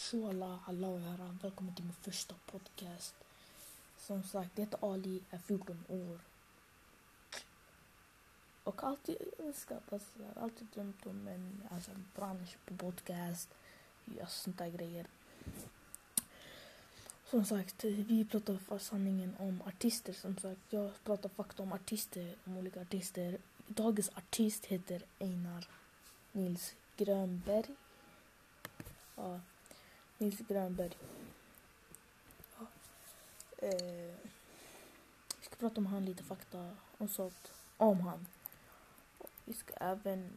Shola, alla och höra. Välkommen till min första podcast. Som sagt, jag heter Ali, är 14 år. Och alltid önskat, alltid drömt om en bransch på podcast. Just sånt där grejer. Som sagt, vi pratar för sanningen om artister. Som sagt, jag pratar fakta om artister, om olika artister. Dagens artist heter Einar Nils Grönberg. Ja, Nils Grönberg. Ja. Vi ska prata om han, lite fakta och sånt om han. Och vi ska även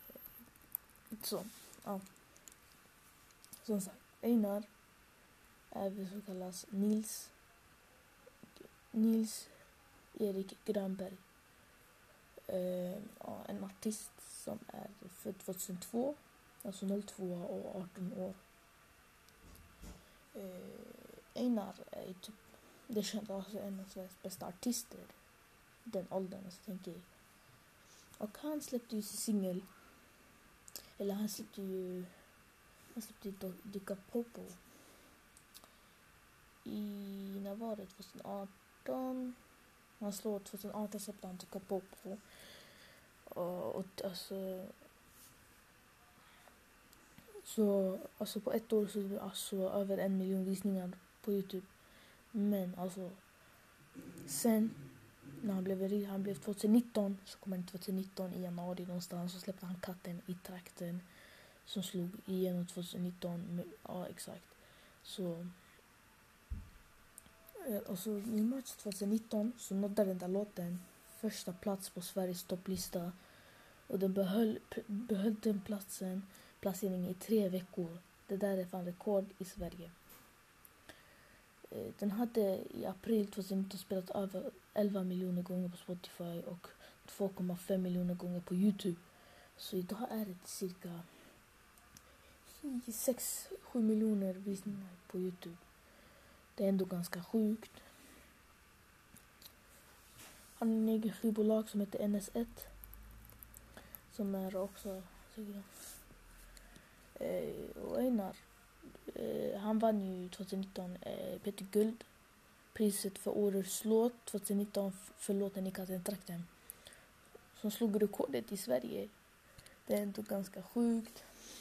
ja. Som sagt, Einar även så kallas Nils Erik Grönberg. En artist som är född 2002, alltså 02 och 18 år. Einar är typ, det känns alltså en av Sveriges bästa artister den åldern, så tänker jag. Och han släppte ju sin singel, eller han släppte Duka Popo när var det? 2018. Han slår 2018 släppte han Duka Popo. Och alltså på ett år så är det alltså över 1 miljon visningar på YouTube. Men alltså sen när han blev 2019, så kom han 2019 i januari någonstans, så släppte han Katten i trakten som slog igenom 2019. Ja, exakt. Så och så i mars 2019 så nådde den där låten första plats på Sveriges topplista. Och den behöll den placeringen i 3 veckor. Det där är fan rekord i Sverige. Den hade i april 2019 spelat över 11 miljoner gånger på Spotify och 2,5 miljoner gånger på YouTube. Så idag är det cirka 6-7 miljoner visningar på YouTube. Det är ändå ganska sjukt. Han har en egen skivbolag som heter NS1. Som är också och Einar, han vann ju 2019 Peter Guld priset för årets låt 2019 för låten i Katten trakten, som slog rekordet i Sverige. Det är ändå ganska sjukt.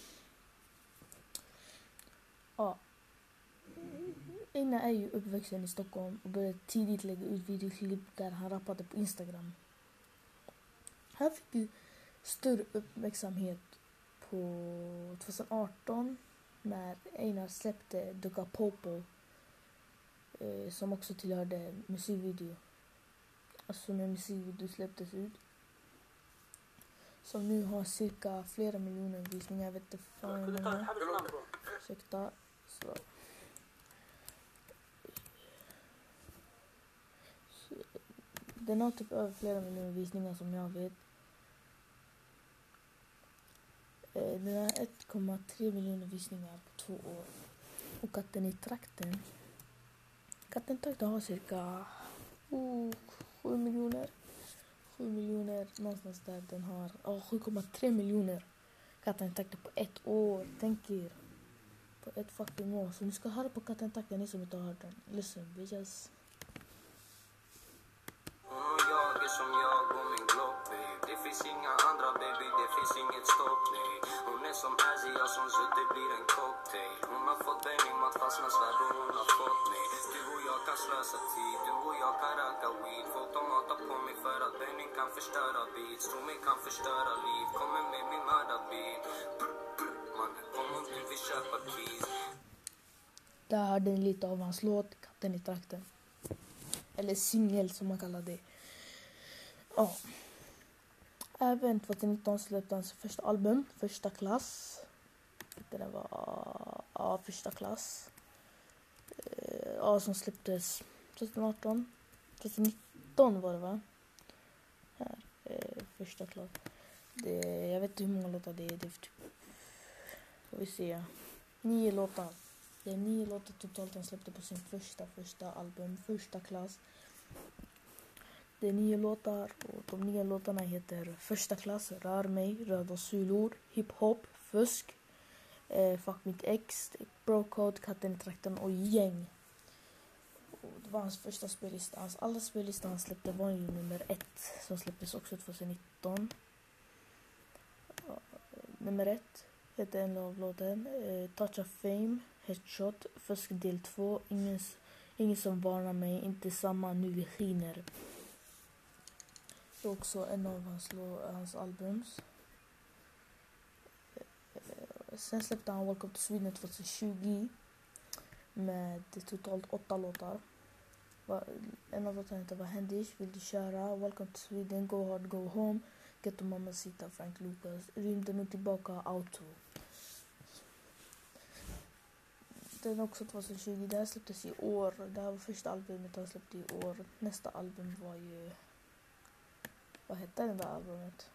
Ja. Einar är ju uppvuxen i Stockholm och började tidigt lägga ut videoklipp där han rappade på Instagram. Han fick ju större uppmärksamhet på 2018 när Einar släppte Duka Popo, som också tillhörde musikvideo. Alltså när musikvideo släpptes ut. Som nu har cirka flera miljoner visningar. Jag vet inte fan hur många. Ursäkta. Så. Den har typ över flera miljoner visningar som jag vet. Den har 1,3 miljoner visningar på 2 år. Och Katten i trakten. Katten i trakten har cirka 7 miljoner. 7 miljoner någonstans där. Den har 7,3 miljoner. Katten i trakten på 1 år. Tänk er. På 1 fucking år. Så ni ska höra på Katten i trakten, ni som inte har hört den. Listen, bitches. Jag är som jag och min glock, babe. Det finns inga andra, baby, det finns inget stopp, nej. Hon är som Asia som sutt, det blir en cocktail. Hon har fått Benny att fastna svärd och hon har fått mig. Du och jag kan slösa tid, du och jag kan röka weed. Folk de hatar på mig för att Benny kan förstöra beats. Tro mig kan förstöra liv, kommer med min mördarbil. Mannen, kom om du vill köpa keys. Där hörde ni lite av hans låt Katten i trakten. Eller singel som man kallar det. Ja. Även 2019 släppte han sitt första album, Första klass. Det var Första klass. Som släpptes 2018. 2019 var det, va? Här, Första klass. Jag vet inte hur många låtar det är. Det är typ, får vi se. 9 låtar. Det är 9 låtar totalt han släppte på sin första album, Första klass. Det är 9 låtar och de 9 låtarna heter Första klass, Rör mig, Röda sulor, Hiphop, Fusk, Fuck Mitt Ex, Bro Code, Katten i traktorn och Gäng. Och det var hans första spellista. Hans alla spellistor han släppte var ju nummer 1 som släpptes också 2019. Nummer 1 heter en av låten Touch of Fame, Headshot, Fusk del 2, Ingen som varnar mig, Inte samma, Nu vi skiner. Det är också en av hans albums. Sen släppte han Welcome to Sweden 2020 med totalt 8 låtar. En av låtarna heter Vad händer? Vill du köra? Welcome to Sweden, Go Hard, Go Home, Ghetto Mamacita, Frank Lucas, Rymden och tillbaka, Auto. Den också 2020, det här släpptes i år. Det här var första albumet han släppte i år. Nästa album var ju... Vad hette det där albumet?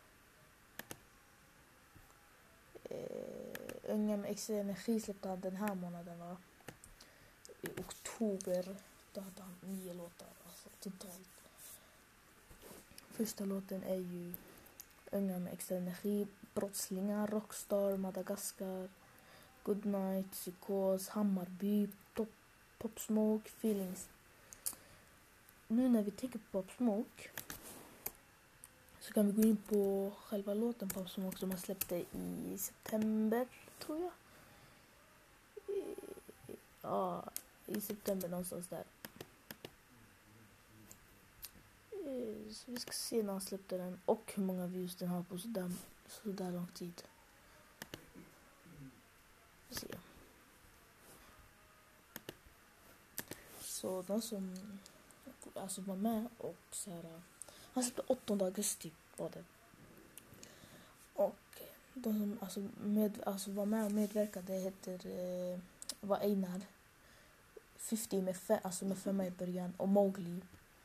Unga med extra energi släppte han den här månaden, va? I oktober. Då hade han 9 låtar, alltså totalt. Första låten är ju Unga med extra energi, Brottslingar, Rockstar, Madagaskar, Goodnight, Psykos, Hammarby, Pop Smoke, Feelings. Nu när vi tänker på Pop Smoke så kan vi gå in på själva låten Pop Smoke som han släppte i september, tror jag. Ja, i september någonstans där. Så vi ska se när han släppte den och hur många views den har på sådär lång tid. Se. Så de som alltså var med och så här, han släppte 8 augusti var det. Och de som var med och medverkade heter var Einar 50 med 5 i början och Mowgli.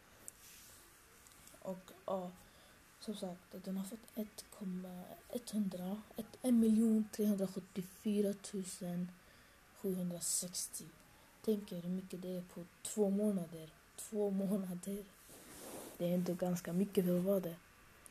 Och ja, som sagt, den har fått 1.374 760. Tänk er hur mycket det är på 2 månader. 2 månader. Det är ändå ganska mycket för att vara det.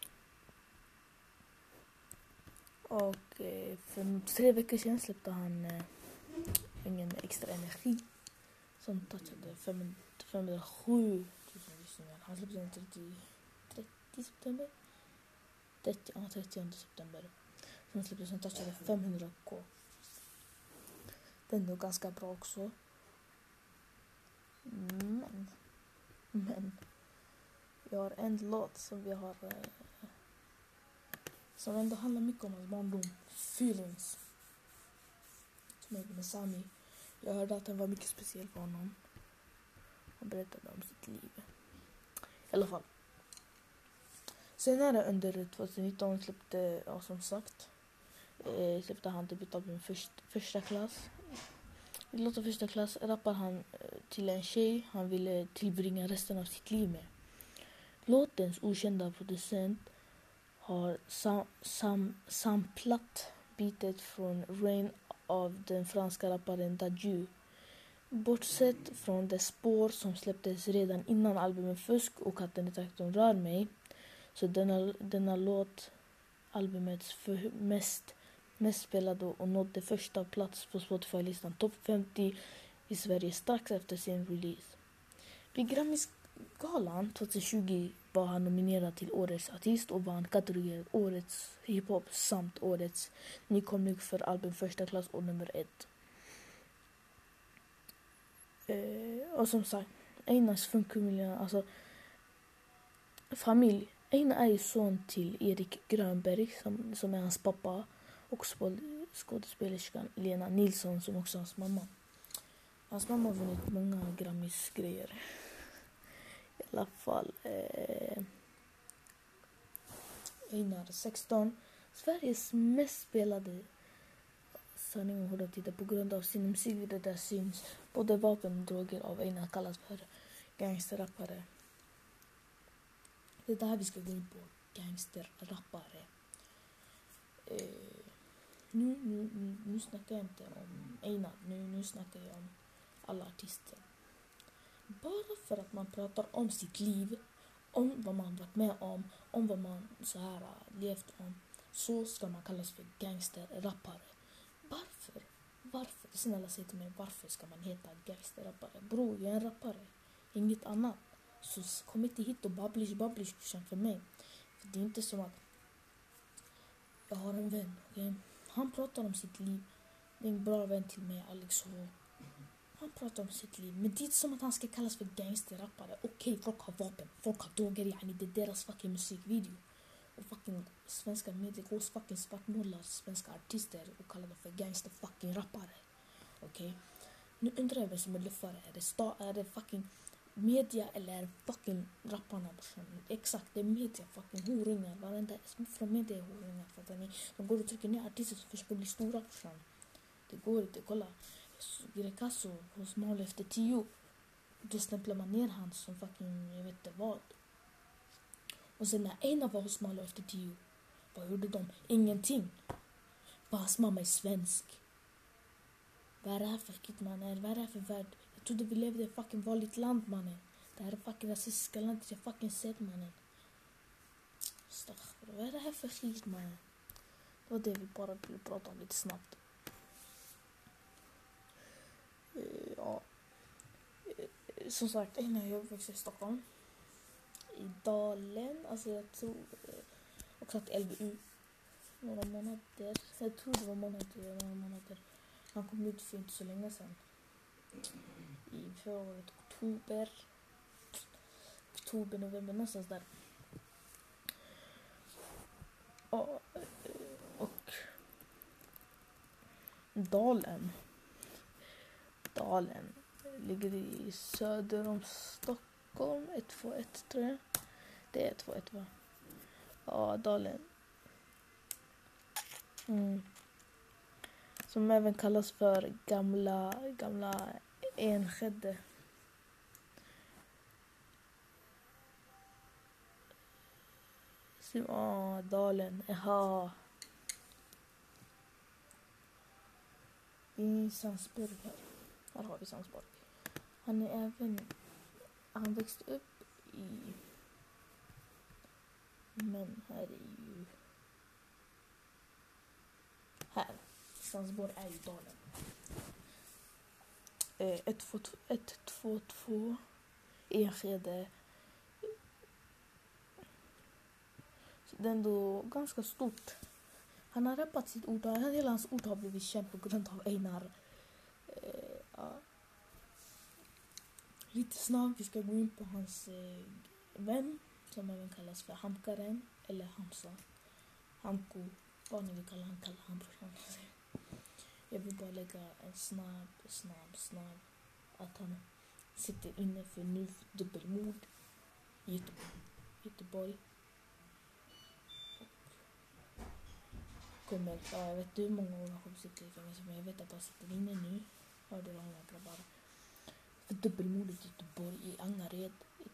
Och för 3 veckor sedan släppte han Ingen extra energi som touchade 507 000 lyssningar. Han släppte den 30 september. 30 september. Sen släppte den touchade 500k. Den är ganska bra också. Men vi har en låt som vi har som ändå handlar mycket om hans barndom. Feelings. Som är med Sami. Jag hörde att den var mycket speciell för honom. Han berättade om sitt liv. I alla fall. Senare under 2019 släppte, ja, som sagt, släppte han debutalbum Första klass. I låten Första klass rappar han till en tjej han ville tillbringa resten av sitt liv med. Låtens okända producent har samplat beatet från Rain av den franska rapparen Dadju. Bortsett från det spår som släpptes redan innan albumet Fusk och Katten i traktorn rör mig, så denna låt albumets mest spelade och nådde första plats på Spotify-listan topp 50 i Sverige strax efter sin release. Vid Grammisgalan 2020 var han nominerad till Årets artist och vann kategorier Årets hiphop samt Årets nykomling för album Första klass och nummer 1. Och som sagt, Einars funkmiljö, alltså familj. Einar är ju son till Erik Grönberg som är hans pappa, och skådespelerskan Lena Nilsson som också är hans mamma. Hans mamma har vunnit många Grammis-grejer. I alla fall Einar 16, Sveriges mest spelade sanning och hårda tider på grund av sin musikvideo där syns både vapen och droger av Einar kallas för gangsterrappare. Det är där vi ska gå in på, gangsterrappare. Nu snackar jag inte om Einar, nu snackar jag om alla artister. Bara för att man pratar om sitt liv, om vad man varit med om vad man så här levt om, så ska man kallas för gangsterrappare. Varför? Snälla säg till mig, varför ska man heta gangsterrappare? Bro, jag är en rappare. Inget annat. Så kom inte hit och babblish för mig. För det är inte som att jag har en vän, okay? Han pratar om sitt liv. Det är en bra vän till mig, Alex H. Han pratar om sitt liv. Men det är inte som att han ska kallas för gangsterrappare. Okej, folk har vapen. Folk har droger. Yani det är deras fucking musikvideo. Och fucking svenska medier går fucking svartmålar svenska artister och kallar dem för gangster fucking rappare. Okej? Nu undrar jag vem som är luffare. Är det fucking media eller är det fucking rapparna? Exakt, det är media fucking horungar. Varenda från media är horungar. Fattar ni? De går och trycker ner artister som försöker bli stora. Det går inte. Kolla. Greekazo hos Mal efter 10. Då stämplar man ner han som fucking, jag vet inte vad. Och sen när Einar var hos Mal efter 10, vad gjorde de? Ingenting. Hans mamma är svensk. Vad är det här för skit, mannen? Vad är det här för värld? Jag trodde vi levde i ett fucking vanligt land, mannen. Det här är fucking rasistiska landet jag fucking sett, mannen. Vad är det här för skit, mannen? Det var det vi bara ville prata om lite snabbt. Ja. Som sagt, innan jag uppväxte i Stockholm. I Dalen, alltså jag tror också att LVU några månader. Jag tror det var några månader. Han kom ut för inte så länge sedan. I förra året, oktober, november, någonstans där. Och Dalen ligger i söder om Stockholm. 121 tror jag. Det är 121 va? Ja, Dalen. Som även kallas för gamla Enskede. Dalen. Jaha. I Sandsborg här har vi Sandsborg. Han växte upp i, men här är ju här. Sandsborg är ju Dalen. 122 Enskede. Så det är ändå ganska stort. Han har rappat sitt ord. Hela hans ord har blivit känd på grund av Einar. Lite snabbt, vi ska gå in på hans vän. Som även kallas för Hamkaren. Eller Hamsa. Hamko. Vad ni vill kalla han brorsan. Jag vill bara lägga en snabb. Att han sitter inne för nu dubbelmord i Göteborg. Jag vet inte hur många år han sitter i fängelse, men jag vet att han sitter inne nu. Hörde de här grabbar. För dubbelmordet i Göteborg i Angared i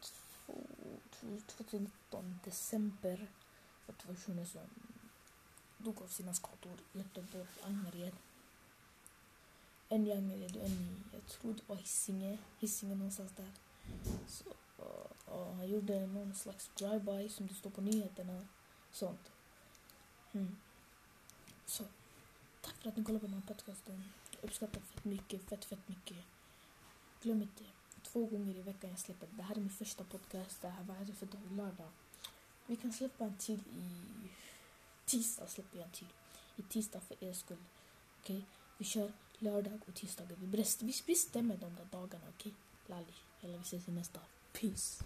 2019 december. För 2 personer som dog av sina skador i Göteborg, Angared. En i Angared och en i, jag tror det var Hisingen någonstans där. Så han gjorde någon slags drive-by som det står på nyheterna. Sånt. Så, tack för att ni kollar på den här podcasten. Jag uppskattar fett mycket. Glöm inte, 2 gånger i veckan jag släpper. Det här är min första podcast. Det här var för dag lördag. Vi kan släppa en till i tisdag. I tisdag för er skull. Okej? Vi kör lördag och tisdagar. Vi bestämmer de där dagarna, okej? Lalli. Eller vi ses i nästa. Peace.